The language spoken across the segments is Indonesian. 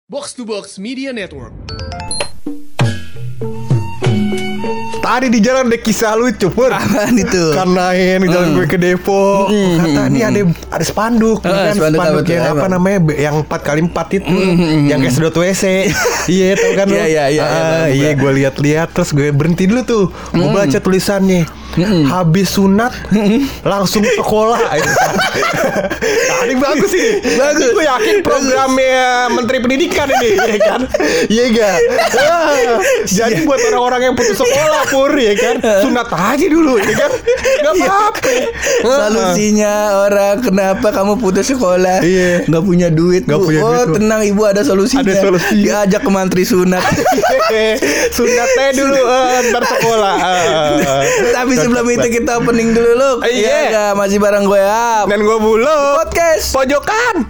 Box to Box Media Network. Tadi di jalan ada kisah lucu pur. Apaan itu? Karena ini jalan gue ke Depok. Kata ini ada spanduk, kan spanduk yang apa namanya yang 4x4 itu, yang kayak sedot WC. Iya tahu kan lu? Iya gue lihat-lihat terus gue berhenti dulu tuh. Gue baca tulisannya. Habis sunat langsung sekolah. Ini bagus sih. Bagus. Gue yakin programnya Menteri Pendidikan ini, ya kan? Iya enggak? Jadi buat orang-orang yang putus sekolah pur, ya kan? Sunat aja dulu, ya kan? Enggak apa-apa. Solusinya orang kenapa kamu putus sekolah? Iya. Nggak punya duit. Tenang ibu, ada solusinya. Ada solusi. Diajak ke mantri sunat. Sunatnya dulu ntar sekolah. Tapi sebelum itu kita opening dulu lu. Iya. Masih bareng gue Ap Dan gue Bulu. Podcast Pojokan.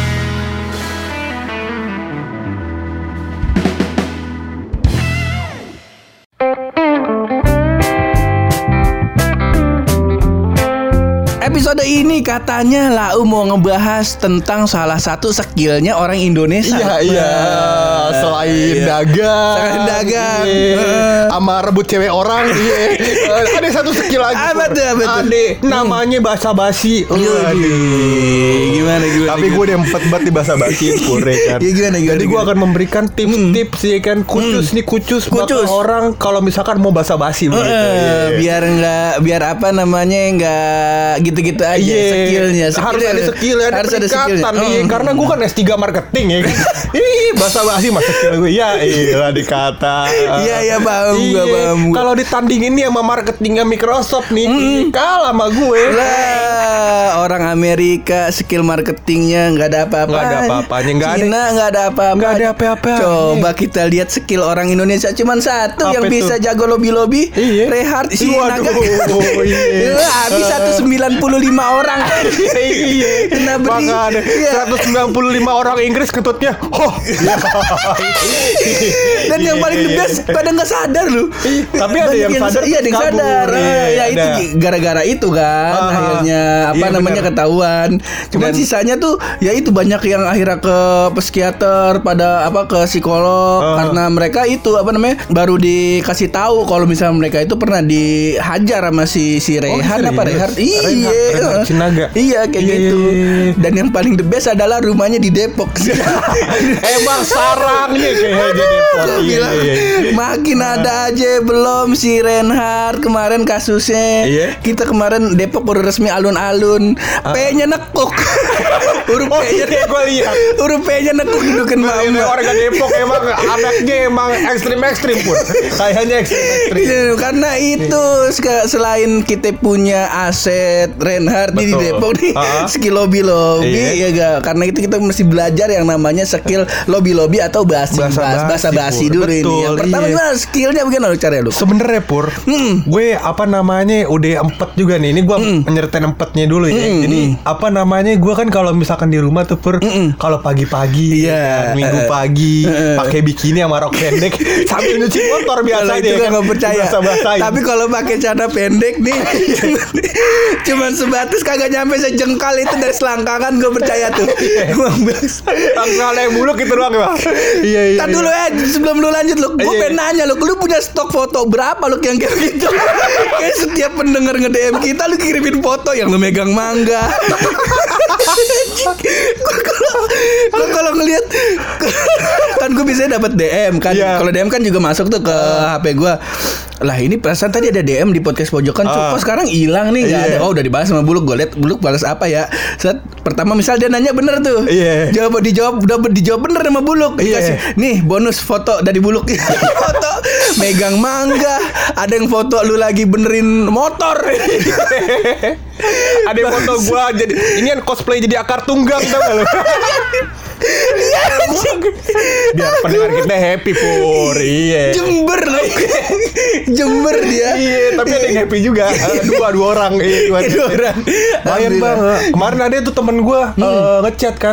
Episode ini katanya Lau mau ngebahas tentang salah satu skillnya orang Indonesia. Iya. Selain dagang. Selain dagang. Sama rebut cewek orang. Iya. Ada satu skill lagi. Apa tuh? Namanya basa-basi. Gimana? Tapi gue udah empet banget di basa-basi pur, kan. Ya, gimana? Jadi gue akan memberikan tips-tips ya kan. Kucus bakal orang kalau misalkan mau basa-basi begitu. Biar apa namanya enggak gitu-gitu aja. Skillnya harus ada skill, harus ada skillnya. Karena gue kan S3 marketing ya kan. Basa-basi mas skill gue. Ya iyalah dikata. Iya paham. Kalau ditandingin nih sama marketingnya Microsoft nih, kalah sama gue. Lah, orang Amerika skill marketingnya nggak ada apa-apa. Nggak ada apa-apanya. Cina nggak ada apa-apa. Nggak ada apa-apa. Coba kita lihat skill orang Indonesia cuman satu yang bisa jago lobby. Reinhard Sinaga. Habis 195 orang. Iya. Kena beri. 195 orang Inggris kentutnya. Dan yang paling the best pada nggak sadar lu. Tapi ada yang sadar. Iya, ada yang sadar. Ya itu gara-gara itu kan akhirnya namanya ketahuan. Cuman sisanya tuh ya itu banyak yang akhirnya ke psikiater, pada ke psikolog karena mereka itu baru dikasih tahu kalau misalnya mereka itu pernah dihajar sama si Reinhard Reinhard. Reinhard Sinaga. Iya kayak gitu. Dan yang paling the best adalah rumahnya di Depok. Emang sarangnya kayak di Depok. Makin ada aja belum si Reinhard kemarin kasusnya. Kita kemarin Depok udah resmi alun-alun. P-nya nekuk. Huruf P-nya gue lihat. Huruf P-nya nekuk dudukin ini warga Depok emang anaknya emang ekstrim pun. Kayaknya ekstrim. Karena itu selain kita punya aset Reinhard di Depok nih, skill lobby ya gak? Karena itu kita mesti belajar yang namanya skill lobby atau basa-basi dulu ini. Yang pertama gimana skillnya bagaimana lu caranya lu? Sebenarnya pur, gue udah empet juga nih. Ini gue nyeritain empetnya dulu ya. Jadi gue kan kalau misalkan di rumah tuh pur, kalau pagi-pagi, minggu pagi, pakai bikini sama rok pendek sambil nyuci motor biasa aja. Itu gak percaya. Tapi kalau pakai celana pendek nih, cuman sebatas kagak nyampe sejengkal itu dari selangkangan, gue percaya tuh. Langsung yang buluk itu doang ya. Iya. Tar dulu sebelum lu lanjut lu, gue pengen nanya lu punya stok foto berapa lu yang kayak gitu? Kayak setiap pendengar nge-DM kita lu kirimin foto yang lu megang mangga. Gue kalau ngelihat kan gue biasanya dapat DM kan. Kalau DM kan juga masuk tuh ke HP gue. Lah ini perasaan tadi ada DM di podcast pojokan, kok sekarang hilang nih, nggak ada. Oh udah dibahas sama Buluk. Gue liat Buluk balas apa ya. Pertama misal dia nanya bener tuh, dijawab bener sama Buluk. Dikasih nih bonus foto dari Buluk. Foto megang mangga. Ada yang foto lu lagi benerin motor. Ada yang foto gue jadi ini kan cosplay jadi akar tunggang, tau gak lu? Biar pendengar kita happy pur. Jember dia. Tapi ada yang happy juga. Dua orang. Dua orang. Bayar bang. Kemarin ada tuh temen gue ngechat kan,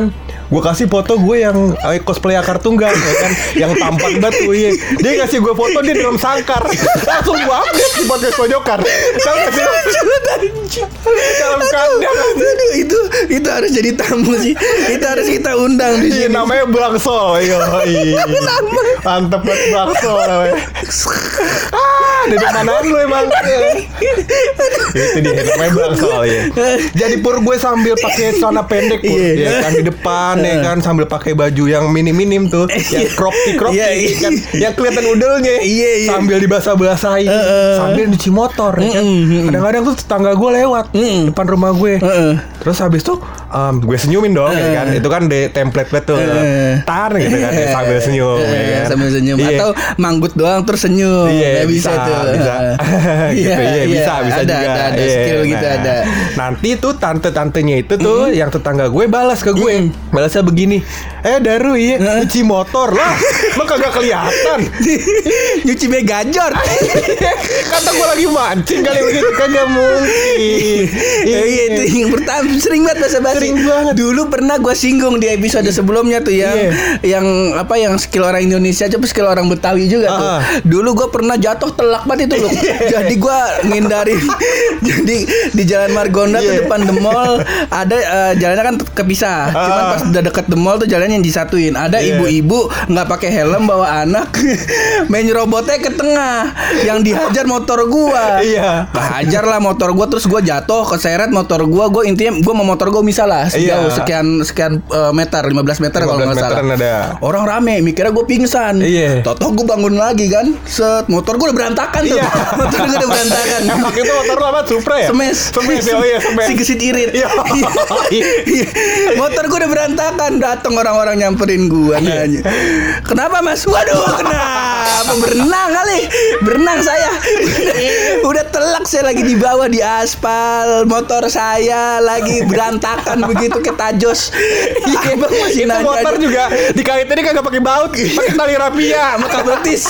gue kasih foto gue yang cosplay Akar Tunggal ya kan, yang tampan banget tuh. Iya. Dia kasih gue foto dia dalam sangkar. Langsung gue update di podcast pojokan. Tahu gak sih? Dalam kandang. Itu harus jadi tamu sih. Itu harus kita undang di Iya, sini. namanya Blangsol. Mantep banget Blangsol namanya. Dari mana lu emang? Itu dia namanya Blangsol ya. Jadi pur gue sambil pakai celana pendek pur, ya kan di depan ya kan, sambil pakai baju yang minim tuh, yang crop tee kan, yang kelihatan udelnya, sambil dibasah-basahin, sambil nyuci motor ya kan. Kadang-kadang tuh tetangga gue lewat depan rumah gue, terus habis tuh gue senyumin dong ya kan, itu kan di template betul, tar gitu kan, sambil senyum ya kan, sambil senyum atau manggut doang terus senyum, bisa tuh, bisa ada, juga, ada skill gitu ada. Nanti tuh tantenya itu tuh yang tetangga gue balas ke gue, balasnya begini, Daru nyuci motor lah, lo kagak kelihatan, nyuci megajor, kata gue lagi mancing kali begitu, kagak mungkin. Itu yang pertama sering banget basa-basi. Sering banget. Dulu pernah gue singgung di episode sebelumnya tuh yang skill orang Indonesia coba skill orang Betawi juga tuh. Dulu gue pernah jatuh telak banget itu loh. Jadi gue ngindarin. Jadi di Jalan Margonda tuh depan The Mall ada jalannya kan kepisah. Cuman pas udah deket The Mall tuh jalannya yang disatuin. Ada ibu-ibu nggak pakai helm bawa anak main robotnya ke tengah. Yang dihajar motor gue. Hajar lah motor gue, terus gue jatuh keseret motor gue. Gue intinya gue mau motor gue misalnya sejauh sekian meter, 15 meter kalau nggak salah. Orang rame mikirnya gue pingsan. Toto gue bangun lagi kan, set motor gue udah berantakan tuh. Motor gue udah berantakan. Yang pakai itu motor lo apa? Supra ya? Semes. Semes. Si gesit irit. Motor gue udah berantakan. Datang orang-orang nyamperin gue nanya, kenapa mas? Waduh, kenapa? Berenang saya. Udah telak saya lagi di bawah di aspal. Motor saya lagi berantakan begitu ke tajos. Abang masih nanya. Itu motor juga dikaitinnya kagak pakai baut, pakai tali rapia sama kabel tis.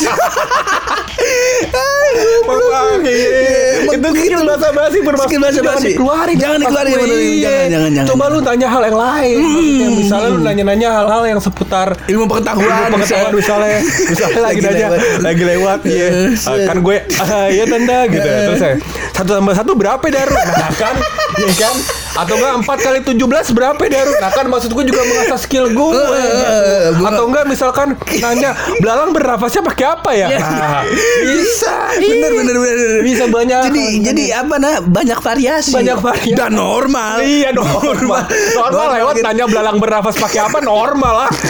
Itu skill basa-basi jangan dikeluarin. Jangan. Coba lu tanya hal yang lain. Misalnya lu nanya-nanya hal-hal yang seputar ilmu pengetahuan misalnya lagi lewat kan gue ya tanda gitu terus saya 1+1 berapa Daru? Nah kan ya kan, atau enggak 4x17 berapa Daru? Nah kan maksud gue juga mengasah skill gue. Atau enggak misalkan nanya belalang bernafasnya pakai apa ya? Bisa. Bener. Bisa banyak. Jadi banyak variasi. Dan normal. Iya normal lewat gitu. Tanya belalang bernafas pakai apa normal lah.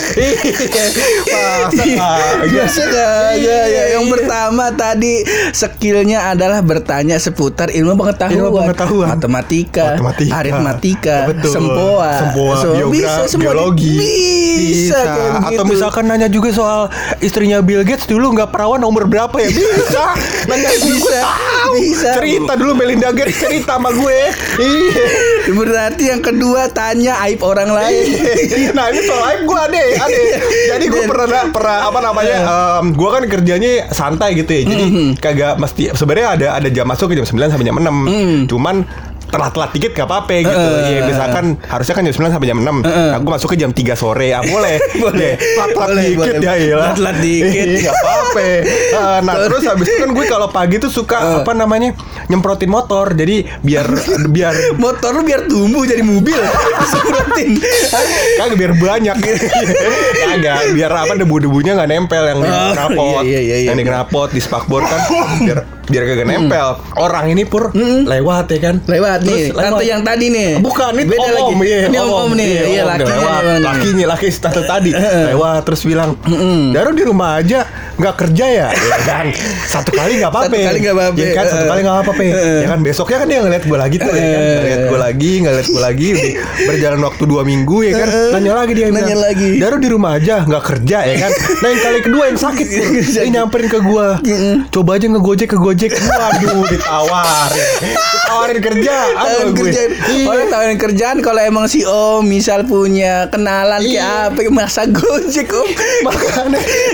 Biasa ya. Yang pertama tadi skillnya adalah bertanya seputar ilmu pengetahuan. Matematika. Aritmatika, sempoa, biologi, bisa. Atau gitu. Misalkan nanya juga soal istrinya Bill Gates dulu nggak perawan nomor berapa ya? Bisa. Nanya bisa. Cerita dulu Melinda Gates cerita sama gue. Berarti yang kedua tanya aib orang lain. Nah ini soal aib gue ade. Jadi gue pernah gue kan kerjanya santai gitu ya. Jadi kagak mesti sebenarnya ada jam masuk ke jam 9 sampai jam 6. Cuman telat dikit gak apa-apa gitu. Misalkan harusnya kan jam 9 sampai jam 6. Aku masuk ke jam 3 sore. Boleh. Telat dikit ya iyalah. Telat dikit gak apa-apa. Nah terus habis itu kan gue kalau pagi tuh suka nyemprotin motor. Jadi biar motor lu biar tumbuh jadi mobil. Semprotin. Kagak biar banyak. Kagak biar debu-debunya gak nempel yang di knalpot. Yang di knalpot di spakbor kan biar kagak nempel. Orang ini pur lewat ya kan. Lewat nih. Tante yang tadi nih. Bukan, ini beda lagi. Ini om nih. Iya, laki tante tadi lewat terus bilang, Daru di rumah aja nggak kerja ya? Ya kan. Satu kali nggak apa-apa. Ya kan, satu kali nggak apa-apa. Ya kan, besoknya kan dia ngeliat gue lagi tuh ya kan. Ngeliat gue lagi. Udah berjalan waktu 2 minggu ya kan. Nanya lagi dia bilang, Daru di rumah aja nggak kerja ya kan. Nah yang kali kedua yang sakit dia nyamperin ke gue, coba aja ngegojek. Waduh, ditawarin tawarin kerjaan kalau emang si om misal punya kenalan kayak apa masa gojek om. Makanya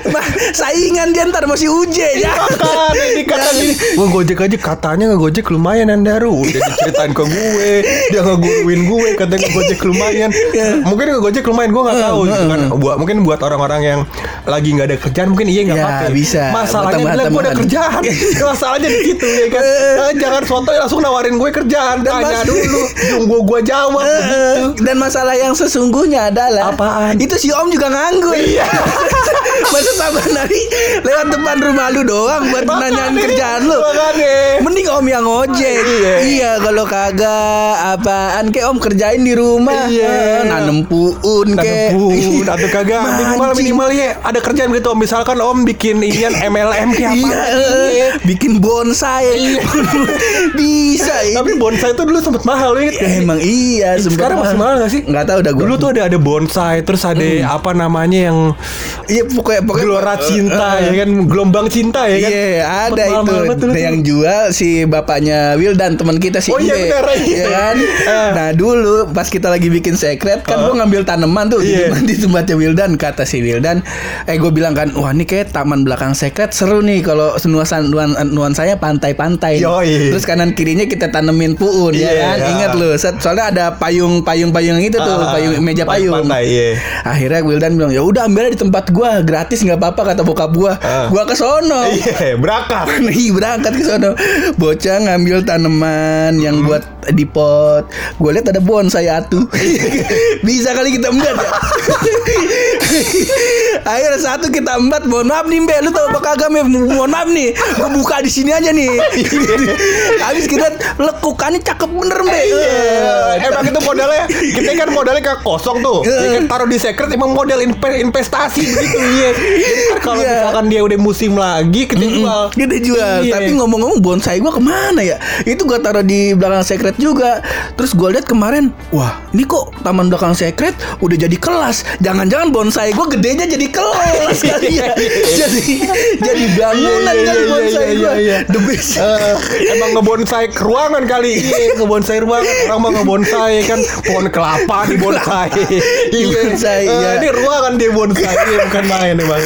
Saingan dia ntar masih uje ya. Kan ini kata gini, gua Gojek aja katanya ngegojek lumayan Andaru. Udah diceritain ke gue, dia ngeguruin gue katanya ngegojek lumayan. Mungkin ngegojek lumayan gue nggak tahu gitu kan. Mungkin buat orang-orang yang lagi nggak ada kerjaan mungkin iya nggak apa-apa. Bisa. Masalahnya bilang gue ada kerjaan. Masalahnya di situ ya kan. Jangan sotoy langsung nawarin gue kerjaan. Tanya dulu, tunggu gue jawab begitu. Dan masalah yang sesungguhnya adalah apaan? Itu si Om juga nganggur. Iya. Masa Saban Hari lewat depan rumah lu doang buat nanyain kerjaan lu. Mending Om yang ngojek. Iya, kalau kagak apaan kayak Om kerjain di rumah. Nanem puun kayak. Atau kagak minimal ya ada kerjaan gitu. Misalkan Om bikin inian MLM kayak apa? Bikin bonsai. Bisa. Tapi bonsai itu dulu sempat mahal ya. Emang iya. Sekarang masih mahal gak sih? Nggak tahu dah gue. Dulu tuh ada bonsai, terus ada apa namanya yang pokoknya gelora cinta ya kan, gelombang cinta ya kan. Iya, ada itu. Yang jual si bapaknya Wildan, teman kita si Inde. Iya benar. Ya kan? Nah, dulu pas kita lagi bikin secret kan gue ngambil tanaman tuh di tempatnya Wildan. Kata si Wildan, gue bilang kan, wah ini kayak taman belakang secret seru nih kalau nuansanya pantai-pantai. Terus kanan kirinya kita tanemin puun ya kan. Ingat lu, soalnya ada payung itu tuh, meja payung. Akhirnya Wildan bilang, ya udah ambil di tempat gua gratis nggak apa-apa kata bokap gua. Gua ke sono. Berangkat ke sono. Bocah ngambil tanaman yang buat di pot. Gua lihat ada bonsai atu. Bisa kali kita embat ya. Akhirnya satu kita embat. Mohon maaf nih Mbe, lu tau apa kagak Mbe? Mohon maaf nih, gua buka di sini aja nih. Habis kita lekukannya cakep bener Mbe. Emang itu modalnya, kita kan modalnya kayak kosong tuh. Kan taruh di secret emang model investasi begitu. Kalau misalkan dia udah musim lagi kita jual. Tapi ngomong-ngomong bonsai gua kemana ya? Itu gua taruh di belakang secret juga. Terus gua lihat kemarin, wah ini kok taman belakang secret udah jadi kelas. Jangan-jangan bonsai gua gedenya jadi kelas kali ya. Jadi bangunan kali bonsai gua. The best. Emang ngebonsai ruangan kali. Ngebonsai ruangan. Orang mah ngebonsai kan pohon kelapa di bonsai. Ini ruangan dia bonsai, bukan main emang.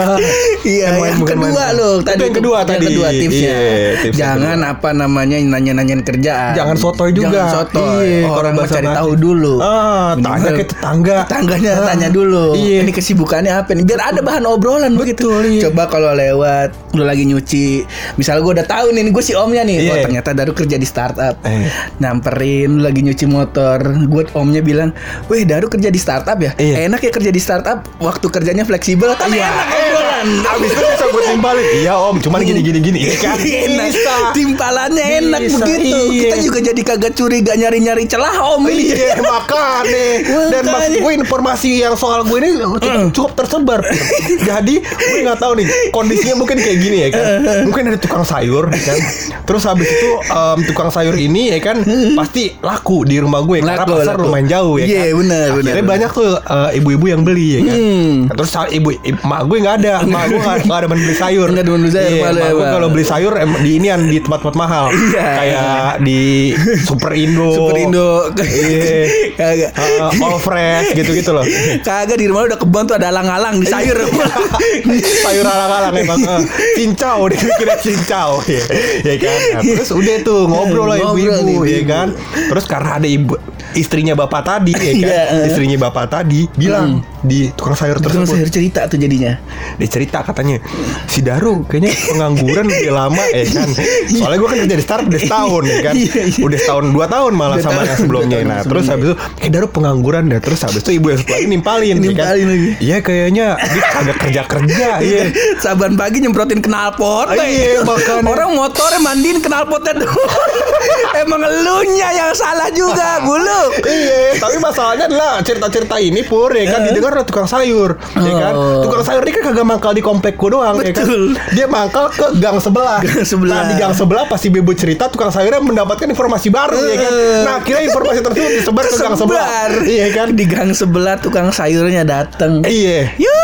Yang kedua loh, tadi yang kedua tipsnya. Jangan apa namanya nanya-nanyain kerjaan. Jangan sotoy juga. Jangan sotoy. Orang mau cari tahu dulu. Tanya ke tetangganya tanya dulu. Ini kesibukannya apa nih? Biar ada bahan obrolan begitu. Coba kalau lewat lu lagi nyuci, misal gue udah tahu nih gue si Omnya nih. Oh ternyata Daru kerja di startup. Nyamperin lu lagi nyuci motor, gue Omnya bilang, "Weh, Daru kerja di startup ya? Enak ya kerja di startup, waktu kerjanya fleksibel." Kan enak obrolan. Abis itu bisa gue timbalin. Iya Om, cuman gini kan. Bisa. Timpalannya enak begitu. Kita juga jadi kagak curiga nyari-nyari celah Om ini. Makanya. Dan maksud gue informasi yang soal gue ini cukup tersebar. Jadi gue nggak tahu nih kondisinya mungkin kayak gini ya kan. Mungkin ada tukang sayur kan. Terus habis itu tukang sayur ini ya kan pasti laku di rumah gue karena pasar lumayan jauh ya kan. Iya benar. Akhirnya banyak tuh ibu-ibu yang beli ya kan. Terus mak gue nggak ada. Mak gue nggak ada beli sayur. Mak gue kalau beli sayur di inian di tempat-tempat mahal. Kayak di Super Indo. Kagak. All Fresh gitu-gitu loh. Kagak, di rumah udah kebun tuh ada alang-alang di sayur. Sayur alang-alang emang. Cincau, dikira cincau ya kan. Nah, terus udah tuh ngobrol lah ibu-ibu ya kan. Terus karena ada istrinya bapak tadi ya kan. Istrinya bapak tadi bilang di tukang sayur tersebut. Tukang sayur cerita tuh jadinya. Dia cerita katanya, si Daru kayaknya pengangguran udah lama ya kan. Soalnya gue kan kerja di startup udah setahun ya kan. Udah setahun 2 tahun malah sama yang sebelumnya. Nah terus habis itu kayak Daru pengangguran dah. Terus habis itu ibu yang setelah ini nimpalin kan. Iya kayaknya dia kagak kerja. Iya. Saban pagi nyemprotin knalpot. Iya makanya. Orang motornya mandiin knalpotnya tuh. Emang elunya yang salah juga, Buluk. Iya. Tapi masalahnya adalah cerita-cerita ini Pur ya kan didengar oleh tukang sayur ya kan. Tukang sayur ini kan kagak mangkal di komplekku doang ya kan. Dia mangkal ke gang sebelah. Nah di gang sebelah pasti ibu cerita tukang sayurnya mendapatkan informasi baru ya kan. Nah akhirnya informasi tersebut disebar ke gang sebelah. Iya kan. Di gang sebelah tukang sayurnya datang. Iya. Yur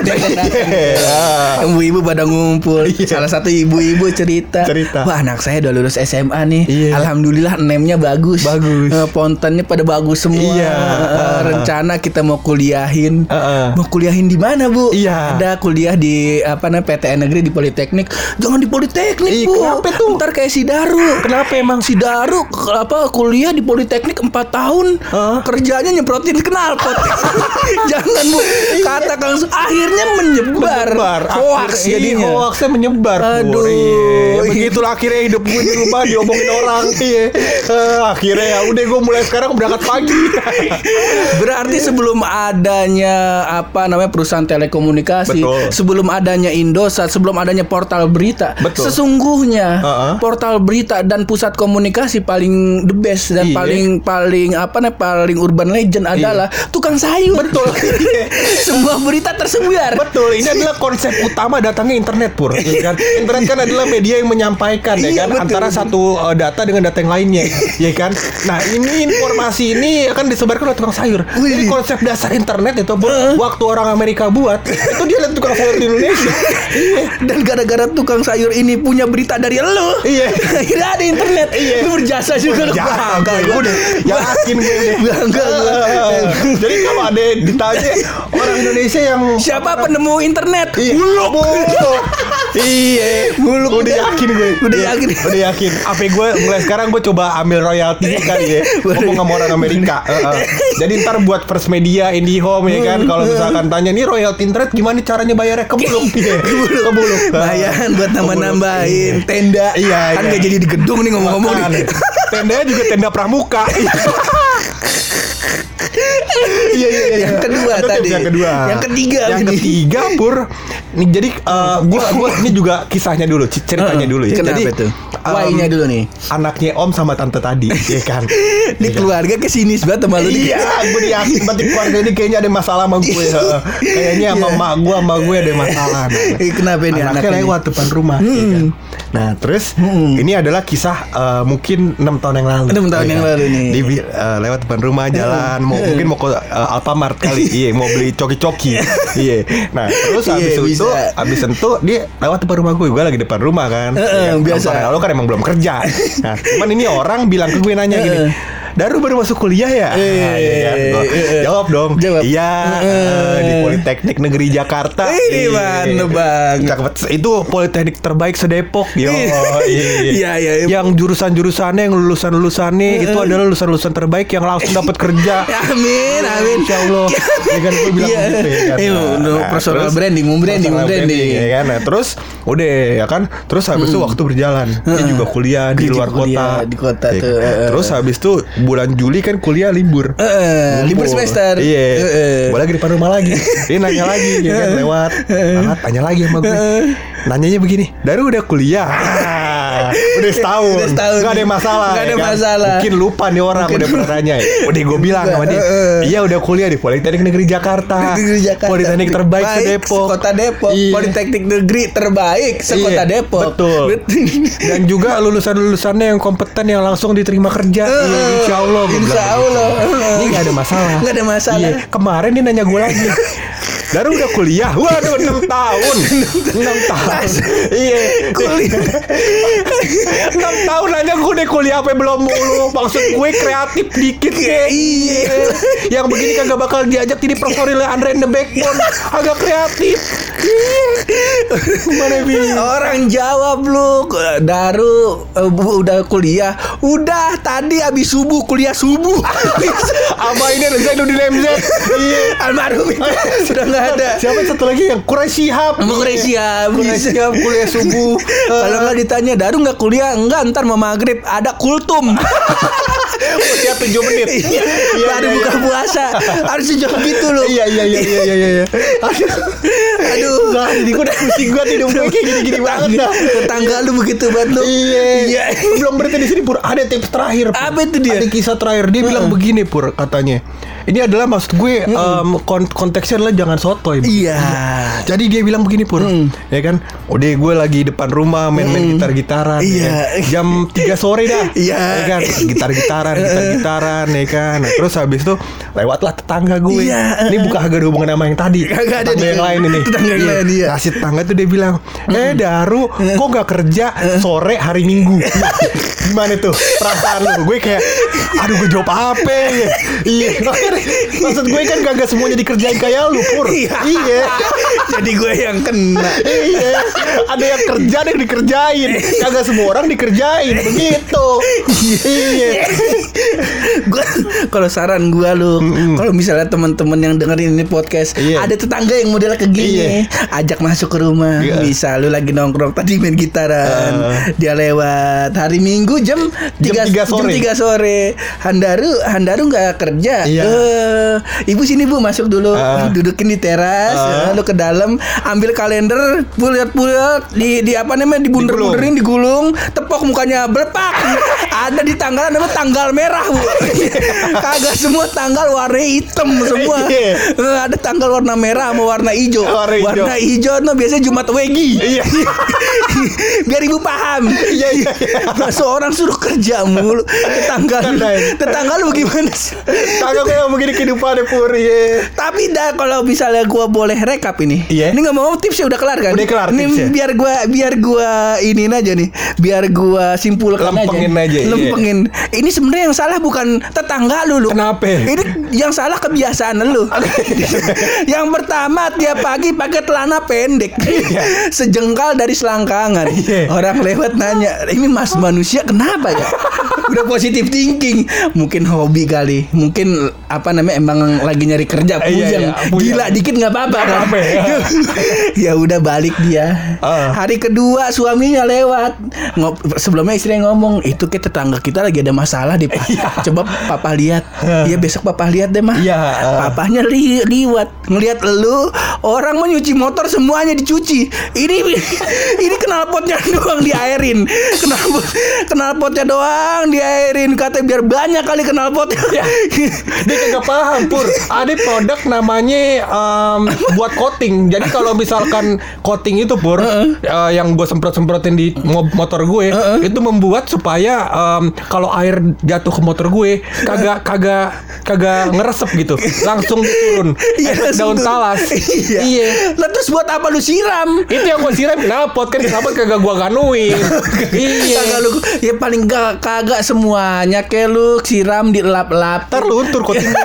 Ibu-ibu pada ngumpul. Salah satu ibu-ibu cerita. Wah, anak saya udah lulus SMA nih. Alhamdulillah NEM-nya bagus. Pontennya pada bagus semua. Rencana kita mau kuliahin. Mau kuliahin di mana, Bu? Ada kuliah di PTN negeri di Politeknik. Jangan di Politeknik, Bu. Kenapa tuh? Ntar kayak si Daru. Kenapa emang? Si Daru kuliah di Politeknik 4 tahun. Kerjanya nyemprotin knalpot. Jangan, Bu. Kata langsung akhirnya menyebar. Hoax jadinya. Hoaxnya menyebar. Aduh. Begitulah akhirnya hidup gue di rumah diomongin orang. Akhirnya ya udah gue mulai sekarang berangkat pagi. Berarti sebelum adanya perusahaan telekomunikasi, sebelum adanya Indosat, sebelum adanya portal berita, sesungguhnya portal berita dan pusat komunikasi paling the best dan paling urban legend adalah tukang sayur. Betul. Semua berita tersebar. Betul. Ini adalah konsep utama datangnya internet, Pur. Ya kan? Internet kan adalah media yang menyampaikan ya kan antara satu data dengan data yang lainnya, ya kan. Nah, ini informasi ini akan disebarkan oleh tukang sayur. Jadi konsep dasar internet itu, Pur, waktu orang Amerika buat, itu dia lihat tukang sayur di Indonesia. Dan gara-gara tukang sayur ini punya berita dari lo. Akhirnya ada internet. Lu berjasa juga lu. Udah yakin gue. Bangga. Jadi kalau ada ditanya orang Indonesia yang siapa penemu internet? Buluk. Buluk. Udah yakin gue. Udah yakin. Apa gue mulai sekarang gue coba ambil royalti kali ya. Ngomong sama orang Amerika. Jadi ntar buat First Media, IndiHome ya kan. Kalau misalkan tanya nih royalti internet gimana caranya bayarnya ke Buluk. Bayaran buat nambah-nambahin tenda. Kan gak jadi di gedung nih ngomong-ngomong nih. Tendanya juga tenda pramuka. Yang kedua tadi. Yang ketiga, Pur. Nih jadi gua ini juga kisahnya dulu, ceritanya dulu ya. Kenapa Jadi tuh? Why-nya dulu nih. Anaknya Om sama tante tadi, ya kan. Ini keluarga kesinis banget sama lu nih. Iya, gue yakin berarti keluarga ini kayaknya ada masalah sama gue. Kayaknya sama mak gue ada masalah. Kenapa ini anaknya lewat depan rumah, ya kan. Nah, terus ini adalah kisah mungkin 6 tahun yang lalu. 6 tahun yang lalu nih. Dia lewat depan rumah jalan, mungkin mau ke Alfamart kali. Mau beli coki-coki. Nah, terus habis itu dia lewat depan rumah gue lagi depan rumah kan. Biasa. Lalu kan emang belum kerja. Nah, cuman ini orang bilang ke gue nanya gini, Daru baru masuk kuliah ya? Jawab dong. Iya, di Politeknik Negeri Jakarta. Mana bang? Itu Politeknik terbaik se-Depok. Iya. Yang jurusan-jurusannya, yang lulusan-lulusannya itu adalah lulusan-lulusan terbaik yang langsung dapat kerja. Amin. Insya Allah. Ya kan gue bilang gitu ya kan. Personal branding. Ya kan. Nah, terus udah ya kan. Terus habis itu waktu berjalan, dia juga kuliah di luar kota. Di kota tuh. Terus habis itu bulan Juli kan kuliah libur. Libur semester. Gue lagi di depan rumah lagi. Dia nanya lagi ya kan lewat. Tanya lagi sama gue. Nanyanya begini, Daru udah kuliah. Udah setahun. Gak ada masalah. Mungkin lupa nih orang udah pernah nanya. Udah gue bilang sama dia, iya udah kuliah di Politeknik Negeri Jakarta. Politeknik terbaik se-Depok. Kota Depok. Politeknik Negeri terbaik se-Kota Depok. Betul. Dan juga lulusan-lulusannya yang kompeten yang langsung diterima kerja. Insya Allah. Ini gak ada masalah. Kemarin dia nanya gue lagi, Daru udah kuliah. Waduh 6 tahun. Iya. Kuliah 6 tahun aja gue udah kuliah apa belum mulu. Maksud gue kreatif dikit kayak. Iya. Yang begini kagak bakal diajak jadi personil Andre and the Backbone. Agak kreatif. Gimana Bi? Orang jawab lu, Daru udah kuliah. Udah tadi abis subuh kuliah subuh. Ama ini Zainuddin MZ. Iya. Almarhum sudah nggak ada. Siapa satu lagi yang Quraisy Shihab. Kuliah subuh. Kalau nggak ditanya Daru nggak kuliah, enggak ntar mau maghrib ada kultum. Setiap 7 menit. Baru buka puasa. Harus sejauh gitu loh. Iya. Aduh. Nah, jadi gue udah pusing gue hidup gue kayak gini-gini banget dah. Tetangga lu begitu banget lu. Iya. Belum berhenti di sini Pur. Ada tips terakhir Pur. Apa itu dia? Ada kisah terakhir. Dia bilang begini Pur katanya. ini adalah maksud gue konteksnya adalah jangan sotoy. Iya. Jadi dia bilang begini Pur, ya kan, udah gue lagi depan rumah main-main gitar-gitaran. Iya. Ya. Jam 3 sore dah. Iya. Ya kan, gitar-gitaran ya kan. Nah, terus habis itu lewatlah tetangga gue. Iya. Ini bukan agak ada hubungan sama yang tadi. Kagak ada tetangga yang lain ini. Tetangga yang lain, iya. Nah, si tetangga tuh dia bilang, Daru, kok gak kerja sore hari Minggu? Gimana tuh perasaan lu? Gue kayak, aduh gue jawab apa ya? Iya. Maksud gue kan kagak semuanya dikerjain kayak lu Pur. Iya. Jadi gue yang kena. Iya. Ada yang kerja, ada yang dikerjain. Kagak semua orang dikerjain. Begitu. Iya. Gue kalau saran gue lu, kalau misalnya teman-teman yang dengerin ini podcast, ada tetangga yang model kayak gini, ajak masuk ke rumah. Bisa lu lagi nongkrong tadi main gitaran, dia lewat hari Minggu jam 3 sore. Handaru nggak kerja. Ibu sini Bu, masuk dulu. Dudukin di teras, lu ke dalam, ambil kalender, lihat di apa namanya, dibunder-bunderin, digulung, tepok mukanya berpak. Ada di tanggal namanya tanggal merah Bu. Kagak semua tanggal warna hitam semua. Ada tanggal warna merah sama warna hijau. Warna hijau no biasanya Jumat Wegi. Biar ibu paham. Seorang suruh kerja mulu. Tetangga lu gimana sih? Tetangga gue begini kehidupannya Pur. Tapi dah kalau misalnya gue boleh rekap ini. Ini nggak mau tipsnya udah kelar kan? Udah kelar ini tipsnya. biar gue ini aja nih. Biar gue simpulkan lempengin aja. Lempengin. Ini sebenarnya yang salah bukan tetangga lu. Kenapa? Ini yang salah kebiasaan lu. Yang pertama tiap pagi pakai celana pendek. Sejengkal dari selangkangan. Orang lewat nanya, ini Mas manusia kenapa ya? Udah positive thinking. Mungkin hobi kali. Mungkin apa namanya, emang lagi nyari kerja, puyeng. Gila dikit nggak apa-apa kan? Ya udah balik dia. Hari kedua suaminya lewat. Sebelumnya istrinya ngomong, itu kayak tetangga kita lagi ada masalah deh Pak. Coba Papa lihat. Iya besok Papa lihat deh mah. Papahnya liwat ngelihat lu orang menyuci motor semuanya dicuci. Ini knalpotnya doang diairin. Knalpotnya doang diairin, katanya biar banyak kali knalpotnya. Dia kagak paham Pur. Ada produk namanya buat coating. Jadi kalau misalkan coating itu Pur, yang gue semprotin di motor gue, itu membuat supaya kalau air jatuh ke motor gue kagak ngeresep gitu, langsung turun. Daun talas. Iya. Lah terus buat apa lu siram? Itu yang gue siram knalpot kan, knalpot kagak gue ganuin. Iya. Kagak lu, ya paling kagak semuanya kayak lu siram dilap-lap. Terluntur coatingnya.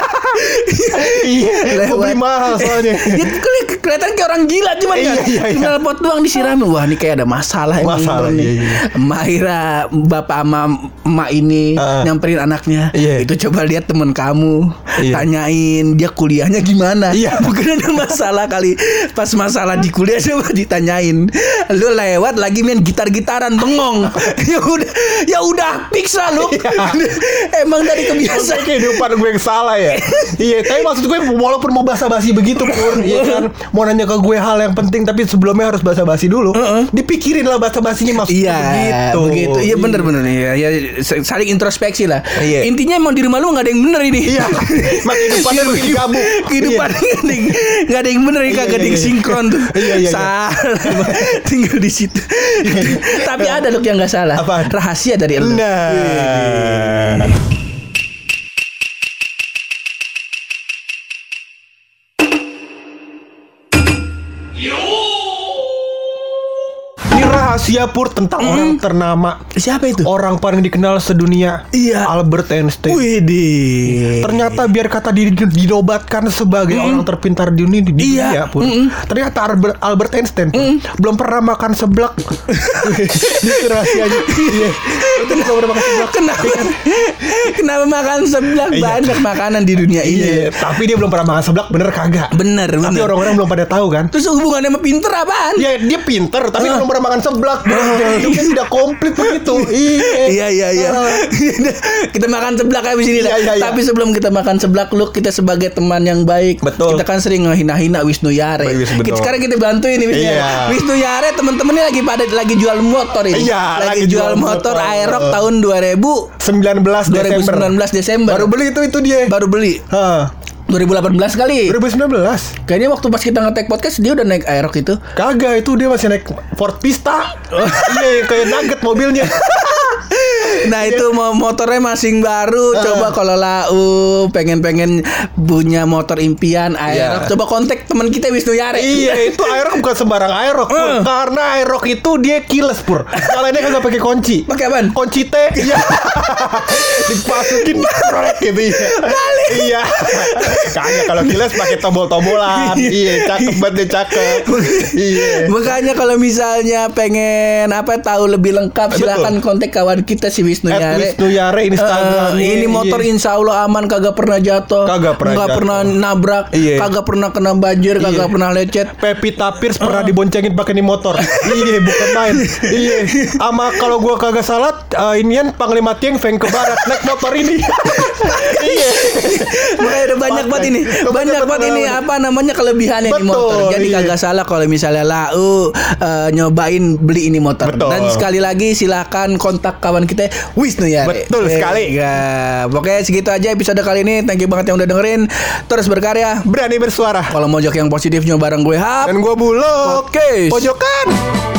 Iya, gue beli mahal soalnya. Dia kelihatan kayak orang gila cuman kan. Knalpot doang disiram. Wah, ini kayak ada masalah nih. Mahira bapak sama emak ini nyamperin anaknya. Itu coba lihat temen kamu. Tanyain dia kuliahnya gimana. Mungkin ada masalah kali. Pas masalah di kuliah coba ditanyain. Lu lewat lagi main gitar-gitaran bengong. Ya udah fix lah lu. Emang dari kebiasaan kehidupan gue yang salah ya. Iya, tapi maksud gue walaupun mau basa-basi begitu Pur, iya kan, mau nanya ke gue hal yang penting tapi sebelumnya harus basa-basi dulu. Dipikirin lah basa-basinya maksudnya begitu. Iya bener ya, saling introspeksi lah. Intinya emang di rumah lu nggak ada yang bener ini. Kehidupannya begini gabung. Kehidupannya nggak ada yang bener, kagak ada yang sinkron tuh. Salah. Tinggal di situ. Tapi ada loh yang nggak salah. Rahasia dari elu. Rahasia Pur tentang orang ternama. Siapa itu? Orang paling dikenal sedunia. Albert Einstein. Widih. Ternyata biar kata dinobatkan sebagai orang terpintar di dunia Pur. Ternyata Albert Einstein belum pernah makan seblak. Itu rahasianya. Itu belum pernah makan seblak. Kenapa makan seblak? Banyak makanan di dunia ini. Tapi dia belum pernah makan seblak, bener kagak? Bener. Tapi orang-orang belum pada tahu kan. Terus hubungannya sama pinter apaan? Ya dia pinter tapi belum pernah makan seblak. seblak. Hidupnya tidak komplit begitu. Iya. Kita makan seblak habis ini. Iya. Tapi sebelum kita makan seblak, lu kita sebagai teman yang baik. Betul. Kita kan sering ngehina-hina Wisnu Yare. Sekarang kita bantuin nih Wisnu. Iya. Wisnu Yare teman-temannya lagi jual motor ini. Iya, lagi jual motor Aerox tahun 2019 Desember. Baru beli itu dia. Baru beli. 2018 kali. 2019. Kayaknya waktu pas kita nge-tag podcast dia udah naik Aerox itu. Kagak, itu dia masih naik Ford Pista. Iya, kayak nugget mobilnya. Nah itu motornya masing baru. Coba kalau lau pengen punya motor impian Aerox, coba kontak teman kita Wisnu Yare. Iya, itu Aerox bukan sembarang Aerox, Pur. Karena Aerox itu dia keyless, Pur. Nyalainnya kagak pakai kunci. Pakai apaan? Kunci T. Iya. Dimasukin gitu ya. Iya. Kagak, kalau keyless pakai tombol-tombolan. Iya, cakep banget deh, cakep. Iya. Makanya kalau misalnya pengen tahu lebih lengkap, silakan kontak kawan kita si Wisnu Yare. Wisnu Yare Instagram. Ini motor insya Allah aman, kagak pernah jatuh, kagak pernah nabrak, kagak pernah kena banjir, kagak pernah lecet. Pevita Pierce pernah diboncengin pakai nih motor. Iya, bukan main. Iya. Ama kalau gua kagak salah, inian Panglima Tieng Feng ke barat naik motor ini. Iya. Makanya udah banyak banget ini. Banyak banget ini kelebihannya di motor. Jadi kagak salah kalau misalnya lau nyobain beli ini motor. Betul. Dan sekali lagi silakan kontak kawan kita Wisnu Yare. Betul sekali. Pokoknya segitu aja episode kali ini. Thank you banget yang udah dengerin. Terus berkarya, berani bersuara. Kalau mojok yang positifnya bareng gue Hap dan gue Bulog. Oke. Pojokan.